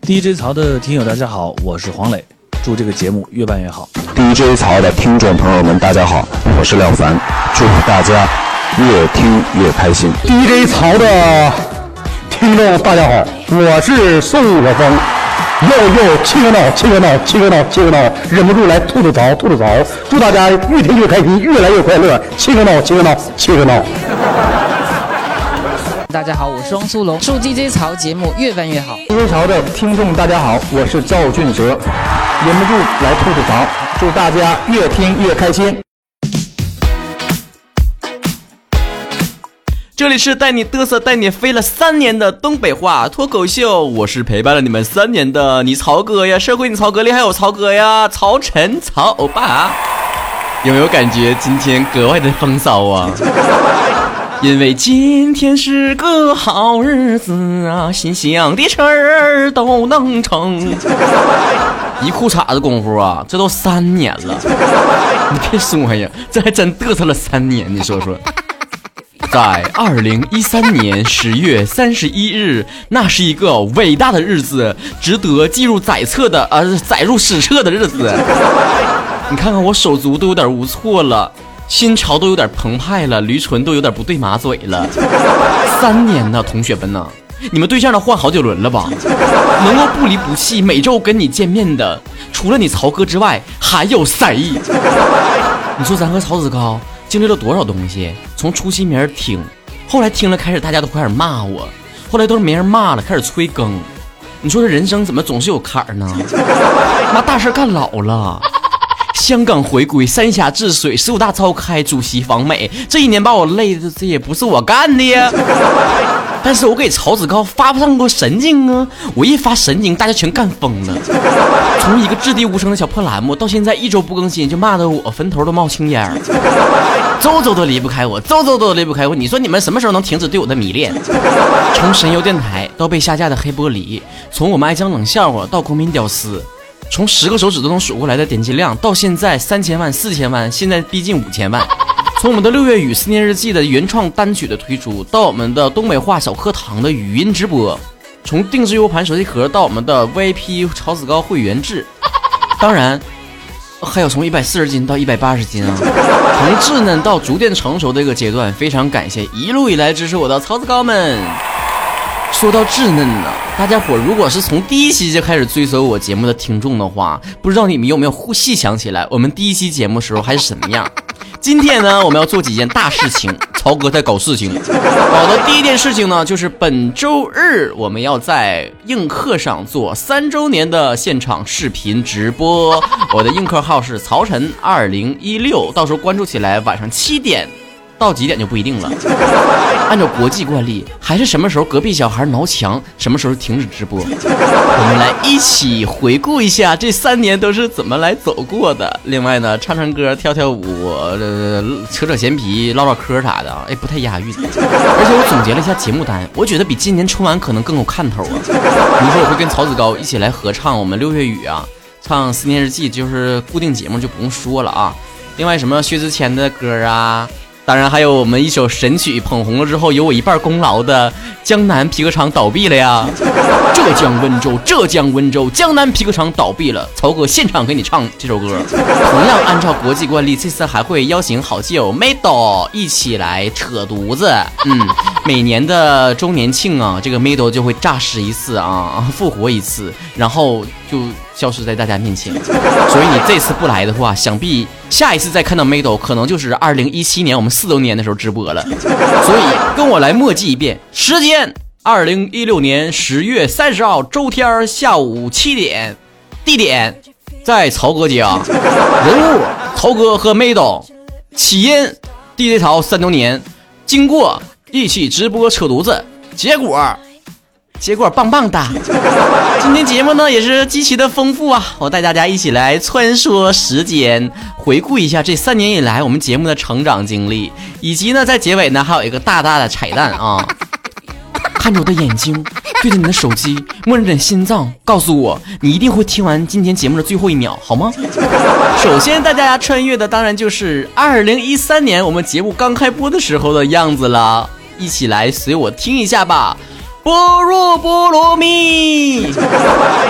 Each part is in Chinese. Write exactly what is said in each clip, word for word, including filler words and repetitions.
D J 曹的听友大家好，我是黄磊，祝这个节目越办越好。 D J 曹的听众朋友们大家好，我是廖凡，祝大家越听越开心。 D J 曹的听众大家好，我是宋可峰，又又气个闹气个闹气个闹气个闹，忍不住来吐吐槽吐吐槽，祝大家越听越开心，越来越快乐，气个闹气个闹气个闹。 大家好，我是汪苏泷，祝 D J 曹节目越办越好。 D J 曹的听众大家好，我是赵俊哲，忍不住来吐吐槽，祝大家越听越开心。 这里是带你嘚瑟带你飞了三年的东北话脱口秀，我是陪伴了你们三年的你曹哥呀，社会你曹哥里还有曹哥呀，曹晨曹欧巴，有没有感觉今天格外的风骚啊？因为今天是个好日子啊，心想的事儿都能成。一裤衩子功夫啊，这都三年了，你别说呀，这还真嘚瑟了三年，你说说。在二零一三年十月三十一日，那是一个伟大的日子，值得记入载册的呃载入史册的日子。你看看我手足都有点无措了，心潮都有点澎湃了，驴唇都有点不对马嘴了。三年呢，同学们呢，你们对象都换好几轮了吧？能够不离不弃，每周跟你见面的，除了你曹哥之外，还有谁？你说咱和曹子高经历了多少东西？从初期没人听，后来听了开始大家都开始骂我，后来都是没人骂了，开始催更。你说这人生怎么总是有坎儿呢？妈大事干老了。香港回归，三峡治水，十五大召开，主席访美，这一年把我累的，这也不是我干的呀。但是我给曹子高发不上过神经啊，我一发神经，大家全干疯了。从一个掷地无声的小破栏目，到现在一周不更新，就骂得我坟头都冒青烟，周周都离不开我，周周都离不开我。你说你们什么时候能停止对我的迷恋？从神游电台到被下架的黑玻璃，从我们爱讲冷笑话到国民屌丝。从十个手指都能数过来的点击量，到现在三千万、四千万，现在逼近五千万。从我们的六月雨思念日记的原创单曲的推出，到我们的东北话小课堂的语音直播，从定制 U 盘手机壳到我们的 V I P 曹子高会员制，当然还有从一百四十斤到一百八十斤啊，从稚嫩到逐渐成熟的一个阶段。非常感谢一路以来支持我的曹子高们。说到稚嫩呢，大家伙如果是从第一期就开始追随我节目的听众的话，不知道你们有没有细想起来我们第一期节目时候还是什么样。今天呢，我们要做几件大事情，曹哥在搞事情。搞的第一件事情呢，就是本周日我们要在映客上做三周年的现场视频直播。我的映客号是曹晨二零一六，到时候关注起来，晚上七点到几点就不一定了。按照国际惯例，还是什么时候隔壁小孩挠墙，什么时候停止直播。我们来一起回顾一下这三年都是怎么来走过的。另外呢，唱唱歌、跳跳舞、呃、扯扯闲皮、唠唠嗑啥的，哎，不太押韵。而且我总结了一下节目单，我觉得比今年春晚可能更有看头啊。比如说，我会跟曹子高一起来合唱我们六月雨啊，唱《思念日记》，就是固定节目就不用说了啊。另外什么薛之谦的歌啊。当然还有我们一首神曲捧红了之后有我一半功劳的江南皮革厂倒闭了呀。浙江温州浙江温州江南皮革厂倒闭了，曹哥现场给你唱这首歌。同样按照国际惯例，这次还会邀请好基友 Mado 一起来扯犊子。嗯，每年的周年庆啊，这个 Mado 就会诈尸一次啊，复活一次，然后就消失在大家面前。所以你这次不来的话，想必下一次再看到 Mado 可能就是二零一七年我们四周年的时候直播了。所以跟我来默记一遍时间，二零一六年十月三十号周天下午七点，地点在曹哥家，人物曹哥和 Mado， 起因 D J 曹三周年，经过一起直播扯犊子，结果结果棒棒的。今天节目呢也是极其的丰富啊，我带大家一起来穿梭时间，回顾一下这三年以来我们节目的成长经历，以及呢在结尾呢还有一个大大的彩蛋啊。看着我的眼睛，对着你的手机，摸着你的心脏，告诉我你一定会听完今天节目的最后一秒，好吗？首先带大家穿越的当然就是二零一三年我们节目刚开播的时候的样子了，一起来随我听一下吧。般若波罗蜜。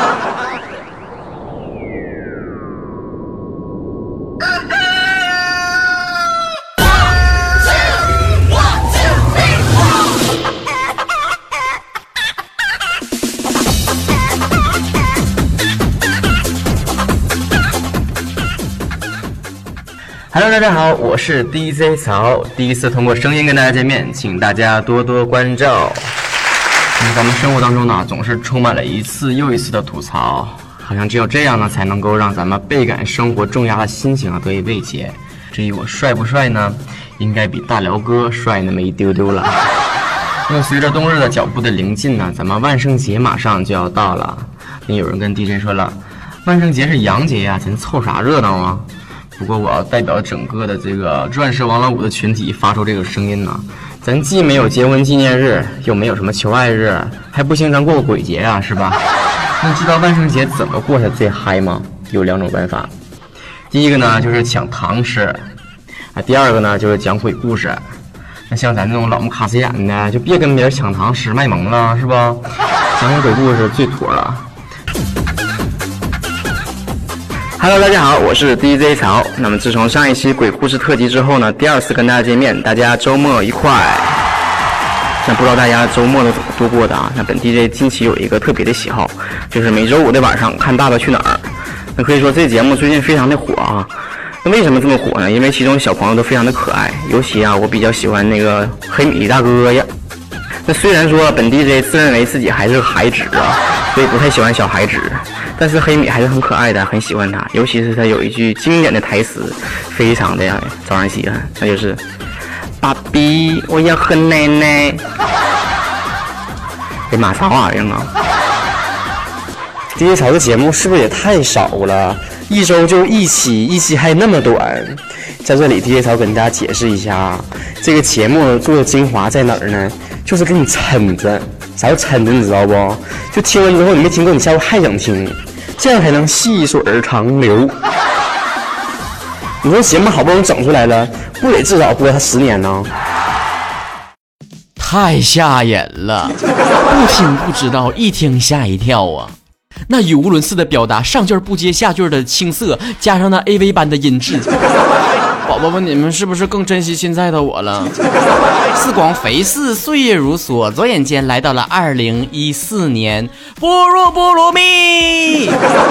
Hello， 大家好，我是 D J 曹，第一次通过声音跟大家见面，请大家多多关照。咱们生活当中呢，总是充满了一次又一次的吐槽，好像只有这样呢，才能够让咱们倍感生活重压的心情啊得以慰藉。至于我帅不帅呢，应该比大辽哥帅那么一丢丢了。那随着冬日的脚步的临近呢，咱们万圣节马上就要到了。那有人跟 D J 说了，万圣节是洋节呀，咱凑啥热闹啊？不过我要代表整个的这个钻石王老五的群体发出这个声音呢，咱既没有结婚纪念日，又没有什么求爱日，还不行咱过个鬼节啊，是吧？那知道万圣节怎么过才最嗨吗？有两种办法，第一个呢就是抢糖吃，啊，第二个呢就是讲鬼故事。那像咱这种老木卡死眼的，就别跟别人抢糖吃卖萌了，是吧？讲讲鬼故事最妥了。Hello， 大家好，我是 D J 曹。那么自从上一期鬼故事特辑之后呢，第二次跟大家见面，大家周末愉快。那不知道大家周末都怎么度过的啊？那本 D J 近期有一个特别的喜好，就是每周五的晚上看《爸爸去哪儿》。那可以说这节目最近非常的火啊。那为什么这么火呢？因为其中小朋友都非常的可爱，尤其啊，我比较喜欢那个黑米大哥呀。那虽然说本 D J 自认为自己还是个孩子啊，所以不太喜欢小孩子。但是黑米还是很可爱的，很喜欢他，尤其是他有一句经典的台词，非常的招人稀罕，那就是“爸比，我要喝奶奶”。哎妈，啥玩意儿啊 ？D J 曹的节目是不是也太少了？一周就一期，一期还那么短。在这里 ，D J 曹跟大家解释一下，这个节目做的精华在哪儿呢？就是给你撑着。啥叫撑着你知道不？就听完之后你没听过，你下午还想听，这样才能细水长流。你说节目好不容易整出来了，不得至少播它十年呢？ 太吓人了，不听不知道，一听吓一跳啊！那语无伦次的表达，上句不接下句的青涩，加上那 A V 般的音质。宝宝们，你们是不是更珍惜现在的我了？似广飞逝，岁月如梭，转眼间来到了二零一四年，般若波罗蜜。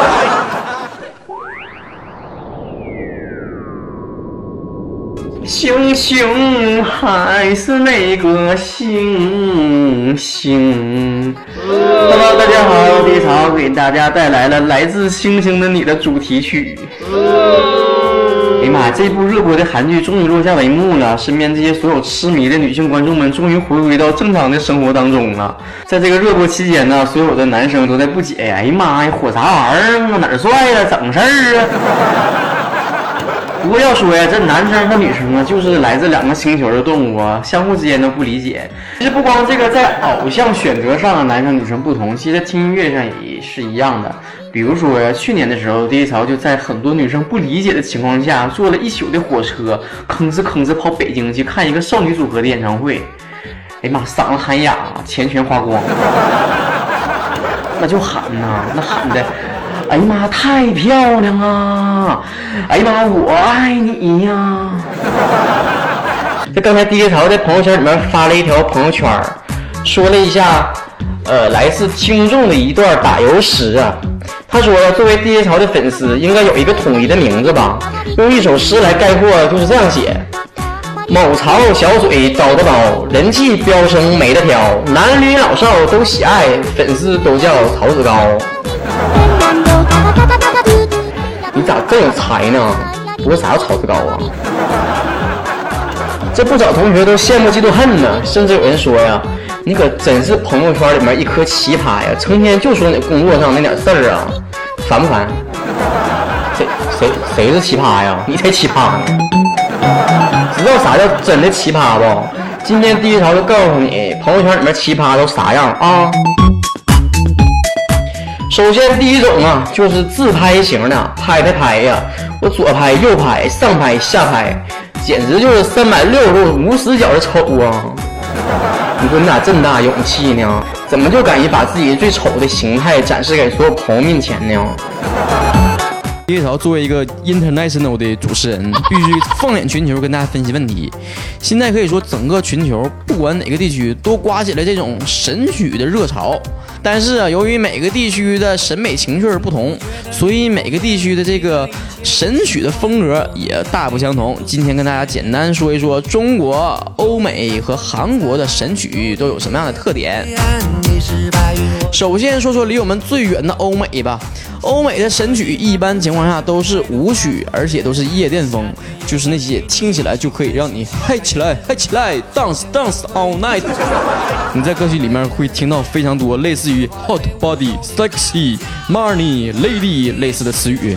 星星还是那个星星。Hello， 大家好，D J 曹给大家带来了来自星星的你的主题曲。哎呀妈，这部热播的韩剧终于落下帷幕了，身边这些所有痴迷的女性观众们终于回归到正常的生活当中了。在这个热播期间呢，所有的男生都在不解，哎呀妈呀，火啥玩意儿啊？哪儿帅了？整事儿啊？不过要说呀，这男生和女生啊，就是来自两个星球的动物啊，相互之间都不理解。其实不光这个在偶像选择上的男生女生不同，其实在听音乐上也是一样的。比如说呀，去年的时候 ，D J 曹就在很多女生不理解的情况下，坐了一宿的火车，吭哧吭哧跑北京去看一个少女组合的演唱会。哎呀妈，嗓子喊哑，钱全花光，那就喊呐，那喊的。哎呀妈，太漂亮啊！哎呀妈，我爱你呀！这刚才 D J 曹在朋友圈里面发了一条朋友圈，说了一下，呃，来自听众的一段打油诗啊。他说，作为 D J 曹的粉丝，应该有一个统一的名字吧？用一首诗来概括，就是这样写：某曹小嘴找得饱，人气飙升没得挑，男女老少都喜爱，粉丝都叫曹子高。你咋这有才呢？不过啥叫曹子高啊？这不少同学都羡慕嫉妒恨呢，甚至有人说呀，你可真是朋友圈里面一颗奇葩呀，成天就说你工作上那点事儿啊，烦不烦？谁谁谁是奇葩呀？你才奇葩呢！知道啥叫真的奇葩不？今天第一条就告诉你，朋友圈里面奇葩都啥样啊？首先第一种啊，就是自拍型的，拍拍拍呀，我左拍右拍上拍下拍，简直就是三百六十度无死角的丑啊！你说你咋这么大勇气呢？怎么就敢于把自己最丑的形态展示给所有朋友面前呢？D J 曹作为一个 international 的主持人，必须放眼全球跟大家分析问题。现在可以说整个全球不管哪个地区都刮起了这种神曲的热潮。 但是啊，由于每个地区的审美情趣不同，所以每个地区的这个神曲的风格也大不相同。今天跟大家简单说一说中国、欧美和韩国的神曲都有什么样的特点。首先说说离我们最远的欧美吧。欧美的神曲一般情况下都是舞曲，而且都是夜店风，就是那些听起来就可以让你嗨起来嗨起来 dance dance all night。 你在歌曲里面会听到非常多类似于 hot body sexy money lady 类似的词语。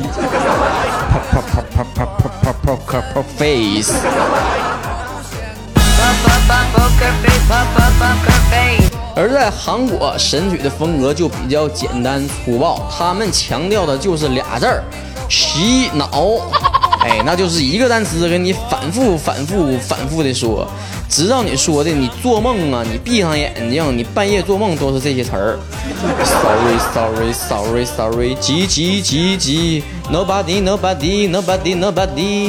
poker face。而在韩国，神曲的风格就比较简单粗暴，他们强调的就是俩字儿：洗脑。哎，那就是一个单词给你反复、反复、反复的说，直到你说的你做梦啊，你闭上眼睛，你半夜做梦都是这些词儿。Sorry, sorry, sorry, sorry， 急急急急 ，Nobody, nobody, nobody, nobody。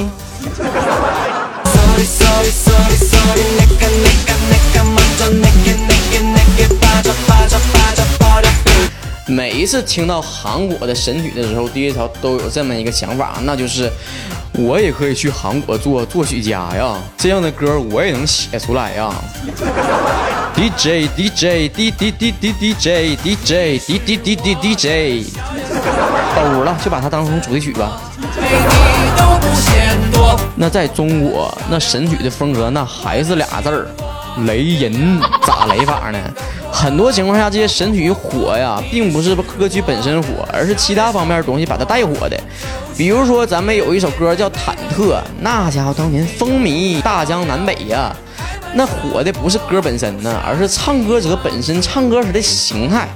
每一次听到韩国的神曲的时候，第一条都有这么一个想法，那就是我也可以去韩国做作曲家呀，这样的歌我也能写出来呀。D J D J D D D D D J D J D D D D D J， 兜了就把它当成主题曲吧。那在中国，那神曲的风格那还是俩字儿，雷人。咋雷法呢？很多情况下，这些神曲火呀，并不是歌曲本身火，而是其他方面的东西把它带火的。比如说，咱们有一首歌叫《忐忑》，那家伙当年风靡大江南北呀。那火的不是歌本身呢，而是唱歌者本身唱歌时的形态。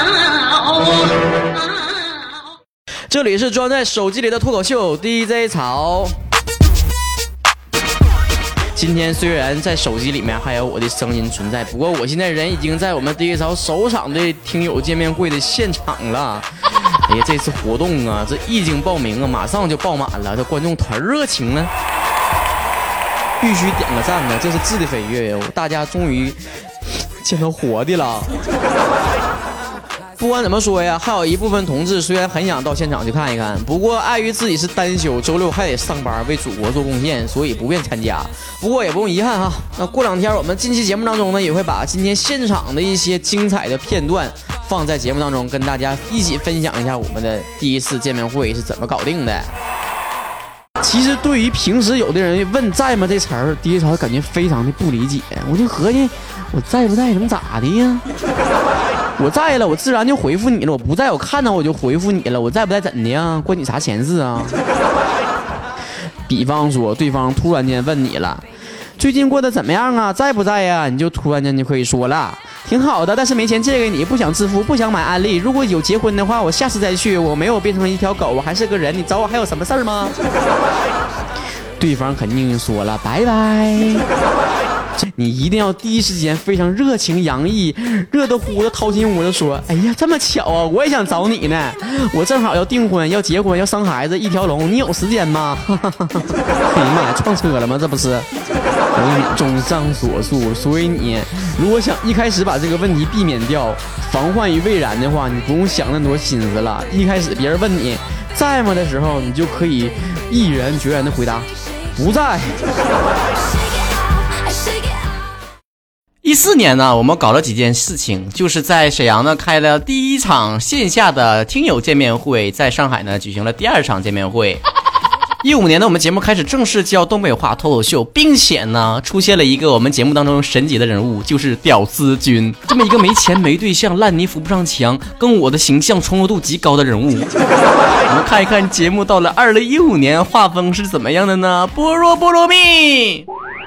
这里是装在手机里的脱口秀 D J 草。今天虽然在手机里面还有我的声音存在，不过我现在人已经在我们第一潮首场的听友见面会的现场了。哎呀，这次活动啊，这一经报名啊，马上就爆满了，这观众太热情了，必须点个赞呢，这是质的飞跃哟！大家终于见到活的了。不管怎么说呀，还有一部分同志虽然很想到现场去看一看，不过碍于自己是单休，周六还得上班为祖国做贡献，所以不便参加。不过也不用遗憾哈，那过两天我们近期节目当中呢，也会把今天现场的一些精彩的片段放在节目当中，跟大家一起分享一下我们的第一次见面会是怎么搞定的。其实对于平时有的人问在吗这词儿，第一潮感觉非常的不理解，我就合计我在不在能咋的呀？我在了，我自然就回复你了；我不在，我看到我就回复你了。我在不在怎的呀？关你啥闲事啊？比方说，对方突然间问你了，最近过得怎么样啊？在不在呀？你就突然间就可以说了，挺好的，但是没钱借给你，不想支付，不想买安利。如果有结婚的话，我下次再去。我没有变成一条狗，我还是个人，你找我还有什么事儿吗？对方肯定说了，拜拜。你一定要第一时间非常热情洋溢，热得乎的掏心窝的说，哎呀这么巧啊，我也想找你呢，我正好要订婚要结婚要生孩子一条龙，你有时间吗？哎呀妈呀，撞车了吗？这不是我跟你综上所述，所以你如果想一开始把这个问题避免掉，防患于未然的话，你不用想那么多心思了。一开始别人问你在吗的时候，你就可以毅然决然的回答不在。一四年呢，我们搞了几件事情，就是在沈阳呢开了第一场线下的听友见面会，在上海呢举行了第二场见面会。一五年呢，我们节目开始正式教东北话脱口秀，并且呢出现了一个我们节目当中神级的人物，就是屌丝君，这么一个没钱没对象烂泥扶不上墙跟我的形象重合度极高的人物。我们看一看节目到了二零一五年画风是怎么样的呢？般若波罗蜜。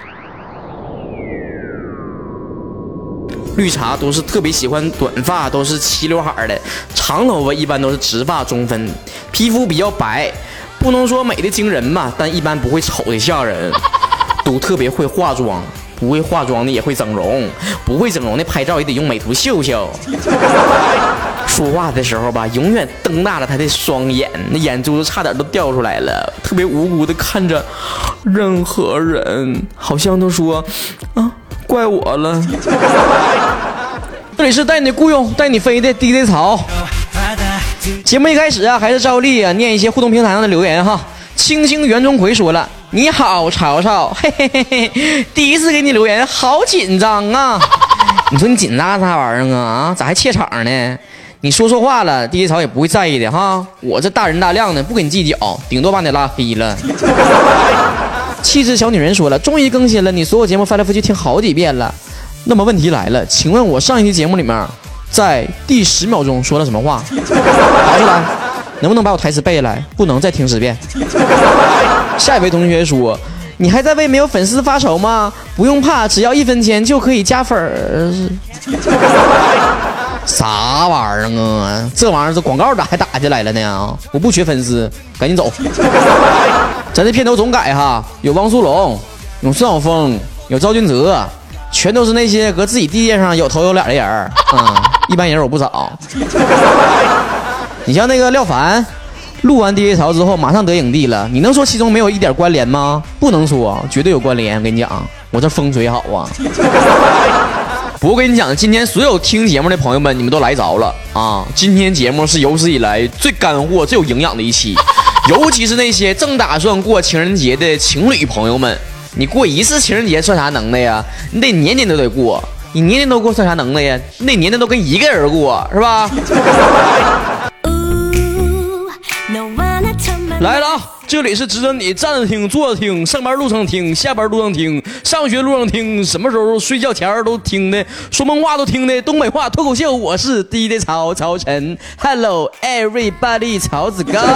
绿茶都是特别喜欢短发，都是齐刘海的，长头发一般都是直发中分，皮肤比较白，不能说美的惊人吧，但一般不会丑的吓人，都特别会化妆，不会化妆的也会整容，不会整容的拍照也得用美图秀秀。说话的时候吧，永远瞪大了他的双眼，那眼珠子差点都掉出来了，特别无辜的看着任何人，好像都说啊怪我了。 这里是带你雇佣带你飞的 D J 曹。节目一开始啊，还是照例啊念一些互动平台上的留言哈。清清袁钟馗说了：“你好，曹操，嘿嘿嘿嘿，第一次给你留言，好紧张啊！你说你紧张啥玩意儿啊？啊，咋还怯场呢？你说错话了 ，D J 曹也不会在意的哈。我这大人大量的，不给你计较，顶多把你拉黑了。”气质小女人说了：“终于更新了，你所有节目翻来覆去听好几遍了。那么问题来了，请问我上一期节目里面，在第十秒钟说了什么话？答出来，能不能把我台词背下来？不能，再听十遍。”下一位同学说：“你还在为没有粉丝发愁吗？不用怕，只要一分钱就可以加粉儿。”啥玩意儿啊？这玩意儿这广告咋还打进来了呢？我不缺粉丝，赶紧走。咱这片头总改哈，有汪苏泷，有孙晓峰，有赵俊泽，全都是那些搁自己地界上有头有脸的人儿啊、嗯，一般人我不少。你像那个廖凡，录完 D J 槽之后马上得影帝了，你能说其中没有一点关联吗？不能说，绝对有关联。我跟你讲，我这风水好啊。不过跟你讲，今天所有听节目的朋友们，你们都来着了啊！今天节目是有史以来最干货、最有营养的一期，尤其是那些正打算过情人节的情侣朋友们，你过一次情人节算啥能耐呀？你得年年都得过，你年年都过算啥能耐呀？你得年年都跟一个人过，是吧？来了啊！这里是值得你站着听、坐着听、上班路上听、下班路上听、上学路上听，什么时候睡觉前都听的，说梦话都听的东北话脱口秀。我是 D J 曹曹晨 ，Hello everybody， 曹子高。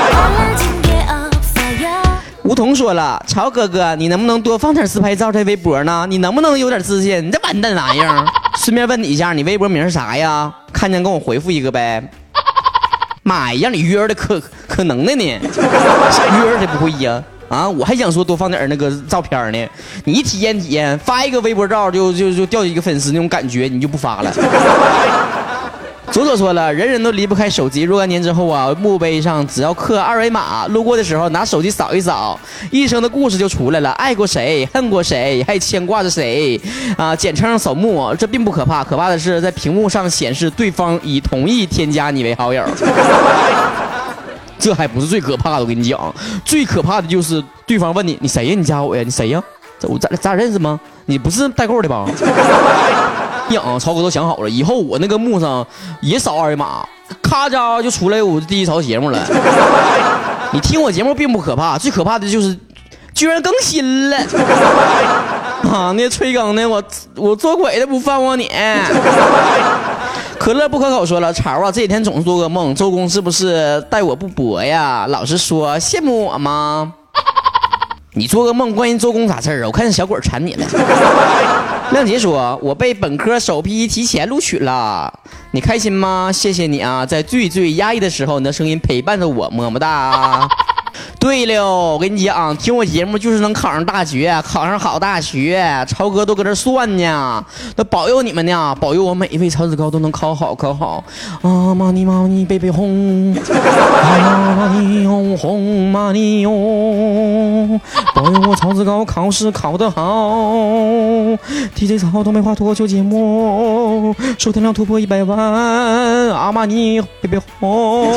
吴桐说了，曹哥哥，你能不能多放点自拍照在微博呢？你能不能有点自信？你这完蛋玩意儿！顺便问你一下，你微博名是啥呀？看见跟我回复一个呗。妈呀，让你约的可可能的呢，约的不会呀啊！我还想说多放点那个照片呢，你一体验体验，发一个微博照就就就掉一个粉丝那种感觉，你就不发了。左左说了，人人都离不开手机，若干年之后啊，墓碑上只要刻二维码，路过的时候拿手机扫一扫，一生的故事就出来了。爱过谁，恨过谁，还牵挂着谁啊？简称扫墓，这并不可怕，可怕的是在屏幕上显示对方已同意添加你为好友。这还不是最可怕的，我跟你讲，最可怕的就是对方问你，你谁呀？你加我呀？你谁呀？我咱咱俩认识吗？你不是代购的吧？呀，曹哥都想好了，以后我那个墓上也扫二维码，咔家就出来我第一槽节目了。你听我节目并不可怕，最可怕的就是居然更新了啊！那催更的我我做鬼都不放过你。可乐不可口说了，曹啊，这几天总做噩梦，周公是不是待我不薄呀？老实说，羡慕我吗？你做噩梦关于周公啥事儿啊？我看小鬼缠你了。亮杰说，我被本科首批提前录取了，你开心吗？谢谢你啊，在最最压抑的时候，你的声音陪伴着我，么么哒。对了，我跟你讲，听我节目就是能考上大学，考上好大学，超哥都搁这算呢，那保佑你们呢，保佑我每一位曹子高都能考好考好啊！玛尼玛尼贝贝哄，啊玛尼哄哄玛尼哟，保佑我曹子高考试考得好。D J 曹东北话脱口秀节目收听量突破一百万，阿玛尼贝贝哄。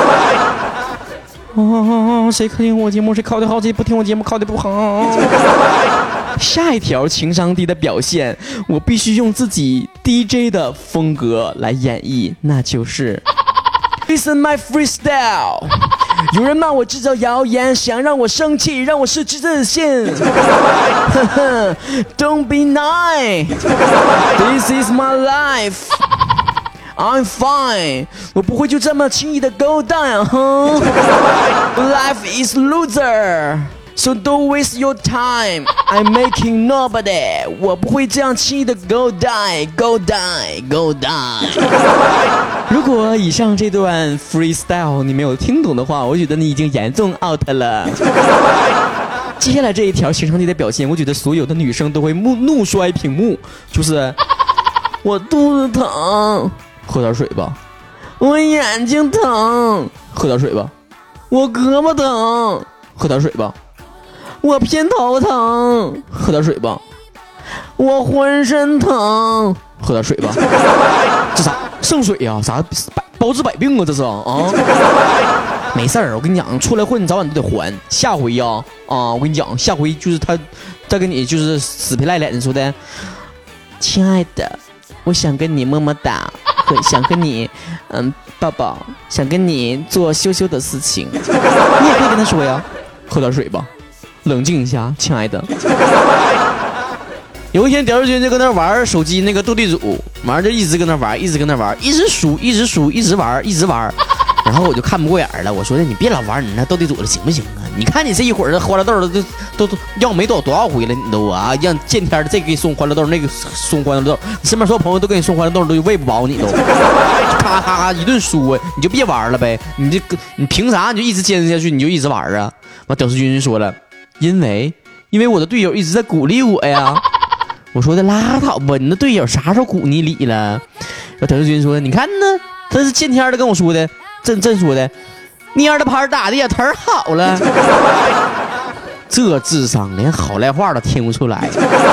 哦，谁听我节目谁考得好，谁不听我节目考得不好。下一条情商低的表现，我必须用自己 D J 的风格来演绎，那就是 Listen my freestyle。 有人骂我制造谣言，想让我生气，让我失去自信。Don't be nice, this is my life。I'm fine， 我不会就这么轻易的 go down，huh? Life is loser， so don't waste your time。 I'm making nobody， 我不会这样轻易的 go die go die go die。 如果以上这段 freestyle 你没有听懂的话，我觉得你已经严重 out 了。接下来这一条情商低的表现，我觉得所有的女生都会怒怒摔屏幕，就是我肚子疼，喝点水吧。我眼睛疼，喝点水吧。我胳膊疼，喝点水吧。我偏头疼，喝点水吧。我浑身疼， 喝点水吧。这啥圣水呀、啊？啥包治百病啊？这是啊？啊没事儿，我跟你讲，出来混早晚都得还。下回呀、啊，啊，我跟你讲，下回就是他再跟你就是死皮赖脸说的，亲爱的，我想跟你么么哒，想跟你嗯抱抱，想跟你做羞羞的事情，你也可以跟他说呀，喝点水吧，冷静一下，亲爱的。有一天，屌丝君就跟那玩手机那个斗地主，完就一直跟那玩，一直跟那玩，一直输，一直输，一直玩，一直玩。然后我就看不过眼了，我说的你别老玩你那斗地主了，行不行啊？你看你这一会儿这欢乐豆都都都要没多少多少回了，你都啊让见天的这个给你送欢乐豆，那个送欢乐豆，你身边所有朋友都给你送欢乐豆，都喂不饱你都，咔咔咔一顿输啊，你就别玩了呗，你这你凭啥你就一直坚持下去，你就一直玩啊？完屌丝君说了，因为因为我的队友一直在鼓励我呀。我说的拉倒吧，你的队友啥时候鼓你理了？然后屌丝君说，你看呢，他是见天的跟我说的。真真说的，蔫的牌打的也忒好了，这智商连好赖话都听不出来。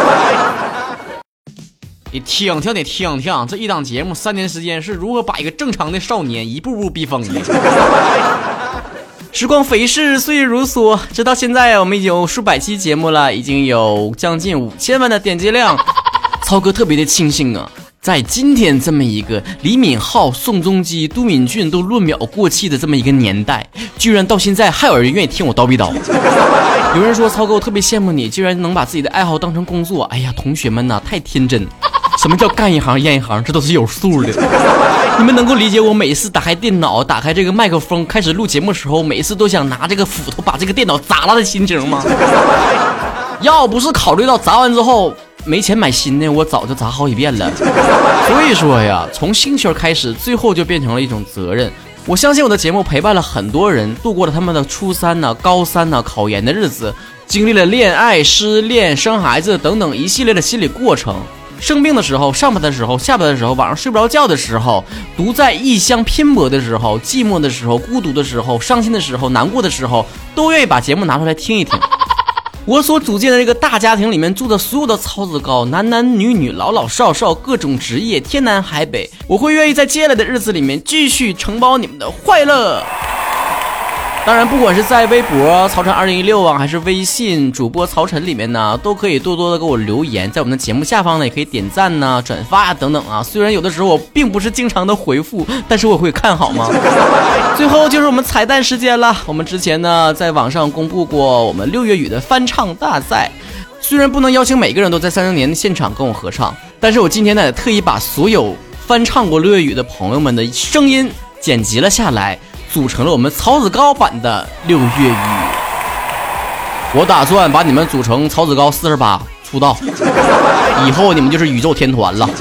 你听听，你听听，这一档节目三年时间是如何把一个正常的少年一步步逼疯的。时光飞逝，岁月如梭，直到现在我们已经有数百期节目了，已经有将近五千万的点击量。曹哥特别的庆幸啊，在今天这么一个李敏镐、宋仲基、都敏俊都论秒过气的这么一个年代，居然到现在还有人愿意听我叨逼叨。有人说，曹哥我特别羡慕你，居然能把自己的爱好当成工作。哎呀，同学们呐、啊，太天真。什么叫干一行厌一行，这都是有数的。你们能够理解我每次打开电脑，打开这个麦克风开始录节目的时候，每次都想拿这个斧头把这个电脑砸了的心情吗？要不是考虑到砸完之后没钱买新的，我早就砸好几遍了。所以说呀，从兴趣开始，最后就变成了一种责任。我相信我的节目陪伴了很多人，度过了他们的初三呢、高三呢、考研的日子，经历了恋爱、失恋、生孩子等等一系列的心理过程。生病的时候，上班的时候，下班的时候，晚上睡不着觉的时候，独在异乡拼搏的时候，寂寞的时候，孤独的时候，伤心的时候，难过的时候，都愿意把节目拿出来听一听。我所组建的这个大家庭里面住的所有的曹子高，男男女女，老老少少，各种职业，天南海北，我会愿意在接下来的日子里面继续承包你们的快乐。当然，不管是在微博曹晨二零一六啊，还是微信主播曹晨里面呢，都可以多多的给我留言，在我们的节目下方呢，也可以点赞呐、转发啊等等啊。虽然有的时候我并不是经常的回复，但是我会看好吗？最后就是我们彩蛋时间了。我们之前呢在网上公布过我们六月雨的翻唱大赛，虽然不能邀请每个人都在三周年的现场跟我合唱，但是我今天呢特意把所有翻唱过六月雨的朋友们的声音剪辑了下来，组成了我们曹子高版的六月雨。我打算把你们组成曹子高四十八出道，以后你们就是宇宙天团了。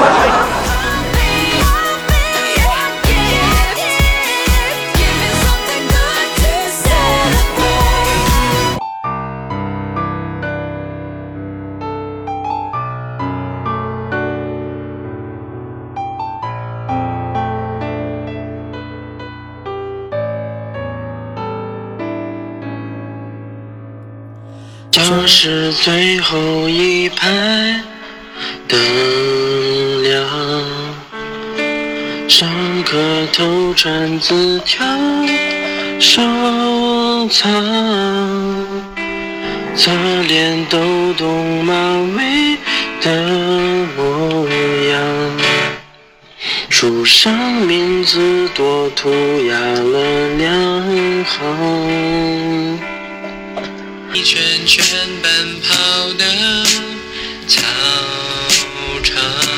这是最后一排灯亮，上课偷传字条收藏，侧脸抖动马尾的模样，书上名字多涂鸦了两行，一圈圈奔跑的操场，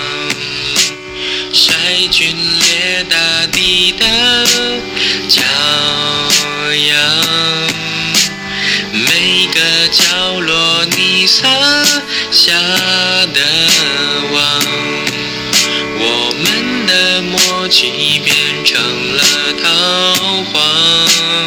晒菌裂大地的骄阳，每个角落你撒下的网，我们的默契变成了逃荒，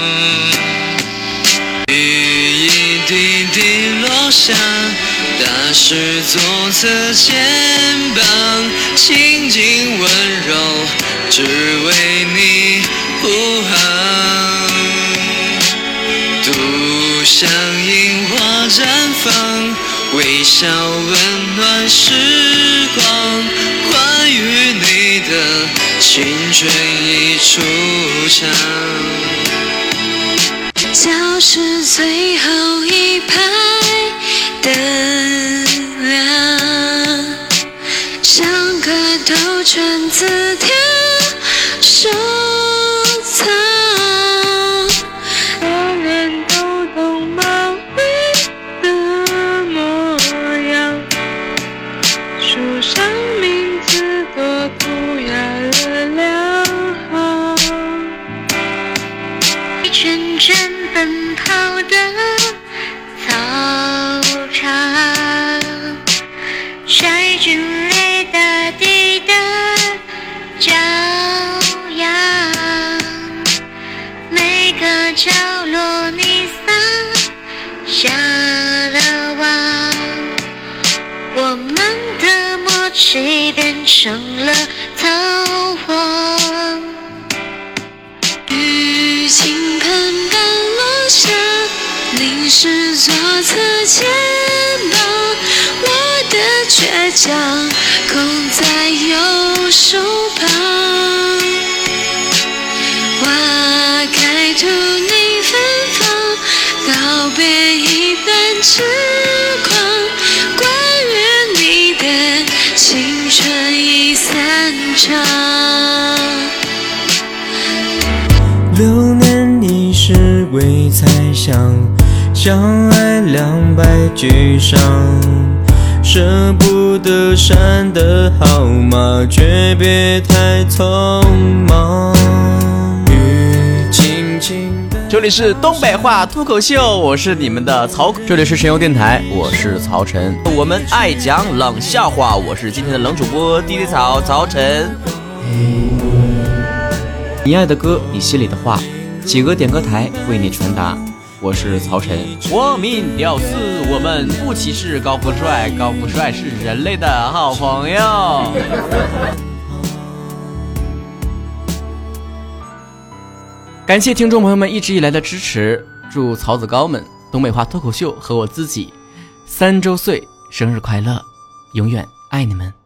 雨一滴滴落下，打湿左侧肩膀，轻轻温柔，只为你护航。独像樱花绽放， 微笑温暖时光，关于你的青春已出场。教室最后一排灯亮，上课都传字条收藏，我们都懂猫咪的模样，书上名字都涂鸦了两行，一圈圈奔跑的操场，晒进来大地的骄阳，每个角落你撒下了网，我们的默契变成了桃黄，雨倾盆般落下，淋湿左侧肩膀，我的倔强空在右手旁，花开土你芬芳，告别一半痴狂，关于你的青春已散场。 流年已是鬼猜想，相爱两败俱伤，舍不得删的号码，却别太匆忙。雨轻轻地， 这里是东北话脱口秀，我是你们的曹，这里是神游电台，我是曹晨，我们爱讲冷笑话，我是今天的冷主播滴滴曹曹晨。你爱的歌，你心里的话，企鹅点歌台为你传达。我是曹晨，国民屌丝，我们不歧视高富帅，高富帅是人类的好朋友。感谢听众朋友们一直以来的支持，祝曹子高们东北话脱口秀和我自己三周岁生日快乐，永远爱你们。